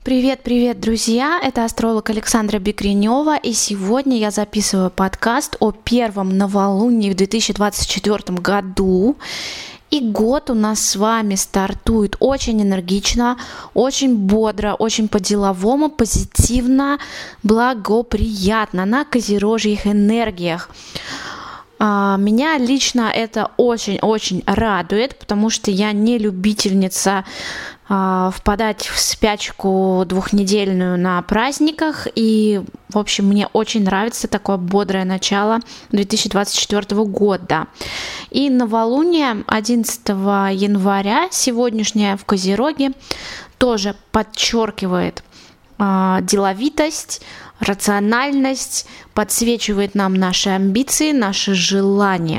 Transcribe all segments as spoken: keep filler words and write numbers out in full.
Привет-привет, друзья! Это астролог Александра Бекренева, и сегодня я записываю подкаст о первом новолунии в две тысячи двадцать четвёртом году. И год у нас с вами стартует очень энергично, очень бодро, очень по-деловому, позитивно, благоприятно, на козерожьих энергиях. Меня лично это очень-очень радует, потому что я не любительница впадать в спячку двухнедельную на праздниках, и, в общем, мне очень нравится такое бодрое начало две тысячи двадцать четвёртого года. И новолуние одиннадцатого января, сегодняшнее в Козероге, тоже подчеркивает э, деловитость, рациональность, подсвечивает нам наши амбиции, наши желания.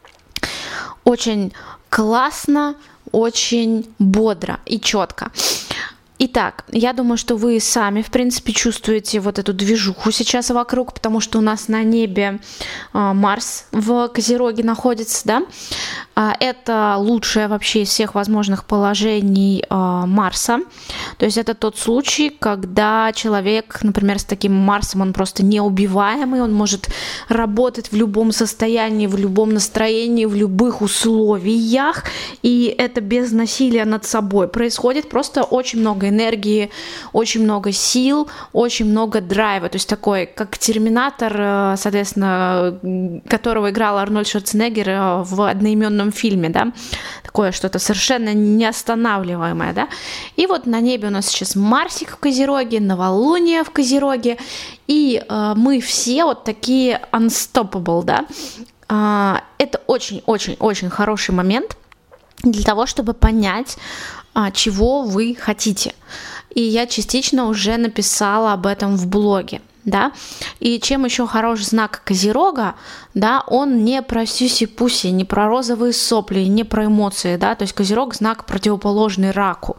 Очень классно, очень бодро и четко. Итак, я думаю, что вы сами, в принципе, чувствуете вот эту движуху сейчас вокруг, потому что у нас на небе э, Марс в Козероге находится, да? Э, это лучшее вообще из всех возможных положений э, Марса. То есть это тот случай, когда человек, например, с таким Марсом, он просто неубиваемый, он может работать в любом состоянии, в любом настроении, в любых условиях, и это без насилия над собой происходит. Просто очень много энергии, очень много сил, очень много драйва. То есть такой, как Терминатор, соответственно, которого играл Арнольд Шварценеггер в одноименном фильме, да, такое что-то совершенно неостанавливаемое, да. И вот на небе у нас сейчас Марсик в Козероге, новолуние в Козероге, и э, мы все вот такие unstoppable, да. Э, это очень-очень-очень хороший момент для того, чтобы понять, чего вы хотите. И я частично уже написала об этом в блоге, да. И чем еще хорош знак Козерога, да, он не про сюси-пуси, не про розовые сопли, не про эмоции, да, то есть Козерог знак противоположный Раку.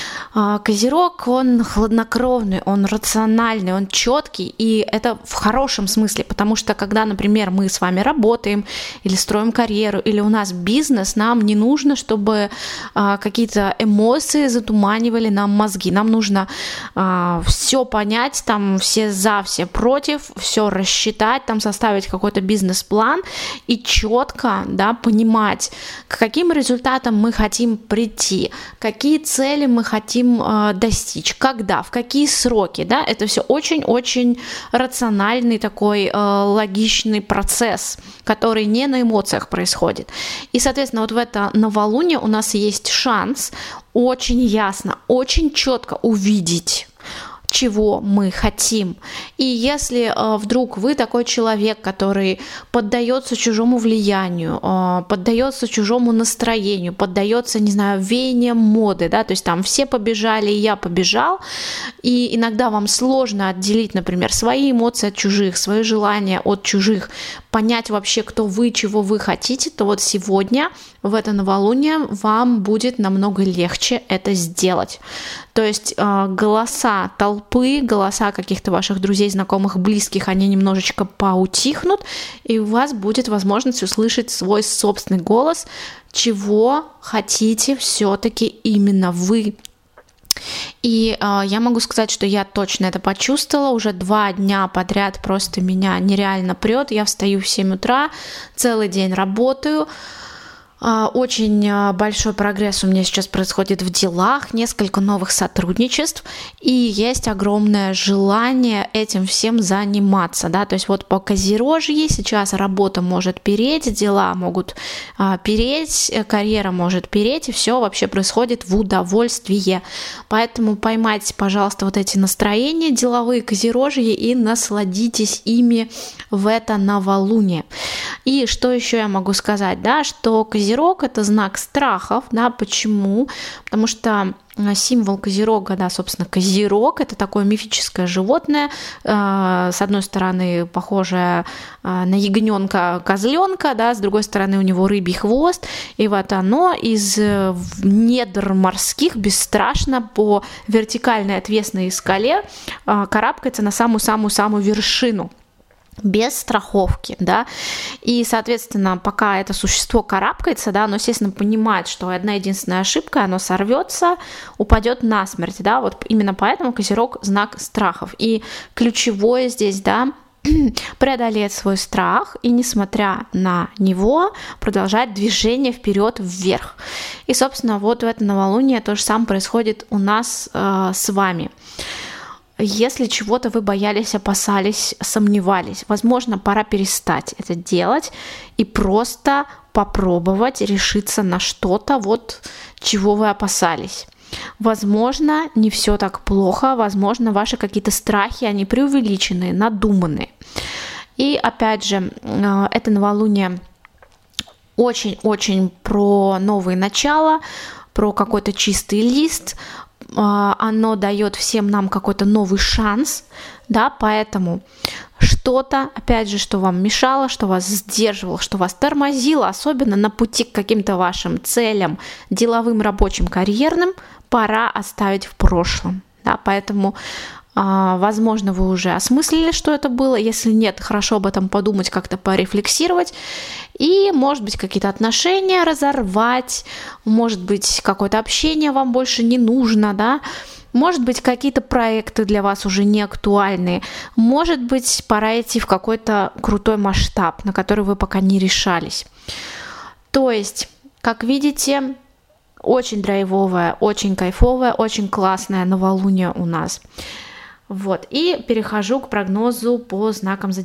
Козерог, он хладнокровный, он рациональный, он четкий, и это в хорошем смысле, потому что когда, например, мы с вами работаем или строим карьеру, или у нас бизнес, нам не нужно, чтобы а, какие-то эмоции затуманивали нам мозги, нам нужно а, все понять, там все за, все против, все рассчитать, там составить какой-то бизнес-план и четко, да, понимать, к каким результатам мы хотим прийти, какие цели мы хотим достичь, когда, в какие сроки, да, это все очень-очень рациональный такой э, логичный процесс, который не на эмоциях происходит. И, соответственно, вот в это новолуние у нас есть шанс очень ясно, очень четко увидеть, чего мы хотим. И если э, вдруг вы такой человек, который поддается чужому влиянию, э, поддается чужому настроению, поддается, не знаю, веяниям моды, да, то есть там все побежали, и я побежал, и иногда вам сложно отделить, например, свои эмоции от чужих, свои желания от чужих, понять вообще, кто вы, чего вы хотите, то вот сегодня в это новолуние вам будет намного легче это сделать. То есть э, голоса толпы, голоса каких-то ваших друзей, знакомых, близких, они немножечко поутихнут, и у вас будет возможность услышать свой собственный голос, чего хотите все-таки именно вы. И э, я могу сказать, что я точно это почувствовала, уже два дня подряд просто меня нереально прет, я встаю в семь утра, целый день работаю. Очень большой прогресс у меня сейчас происходит в делах, несколько новых сотрудничеств, и есть огромное желание этим всем заниматься, да, то есть вот по Козерожье сейчас работа может переть, дела могут а, переть, карьера может переть, и все вообще происходит в удовольствие, поэтому поймайте, пожалуйста, вот эти настроения деловые Козерожье и насладитесь ими в это новолуние. И что еще я могу сказать, да, что Козерог — это знак страхов, да, почему? Потому что символ Козерога, да, собственно, Козерог — это такое мифическое животное, э, с одной стороны похожее э, на ягненка, козленка, да, с другой стороны у него рыбий хвост, и вот оно из недр морских бесстрашно по вертикальной отвесной скале э, карабкается на самую-самую-самую вершину. без страховки, да, и, соответственно, пока это существо карабкается, да, оно, естественно, понимает, что одна единственная ошибка, оно сорвется, упадет насмерть, да, вот именно поэтому Козерог – знак страхов, и ключевое здесь, да, преодолеть свой страх и, несмотря на него, продолжать движение вперед вверх. И, собственно, вот в это новолуние то же самое происходит у нас э, с вами. Если чего-то вы боялись, опасались, сомневались, возможно, пора перестать это делать и просто попробовать решиться на что-то, вот чего вы опасались. Возможно, не все так плохо, возможно, ваши какие-то страхи, они преувеличенные, надуманные. И опять же, это новолуние очень-очень про новые начала, про какой-то чистый лист, оно дает всем нам какой-то новый шанс, да, поэтому что-то, опять же, что вам мешало, что вас сдерживало, что вас тормозило, особенно на пути к каким-то вашим целям, деловым, рабочим, карьерным, пора оставить в прошлом, да, поэтому, возможно, вы уже осмыслили, что это было, если нет, хорошо об этом подумать, как-то порефлексировать, и, может быть, какие-то отношения разорвать, может быть, какое-то общение вам больше не нужно, да, может быть, какие-то проекты для вас уже не актуальны, может быть, пора идти в какой-то крутой масштаб, на который вы пока не решались. То есть, как видите, очень драйвовое, очень кайфовое, очень классное новолуние у нас. Вот, и перехожу к прогнозу по знакам зодиака.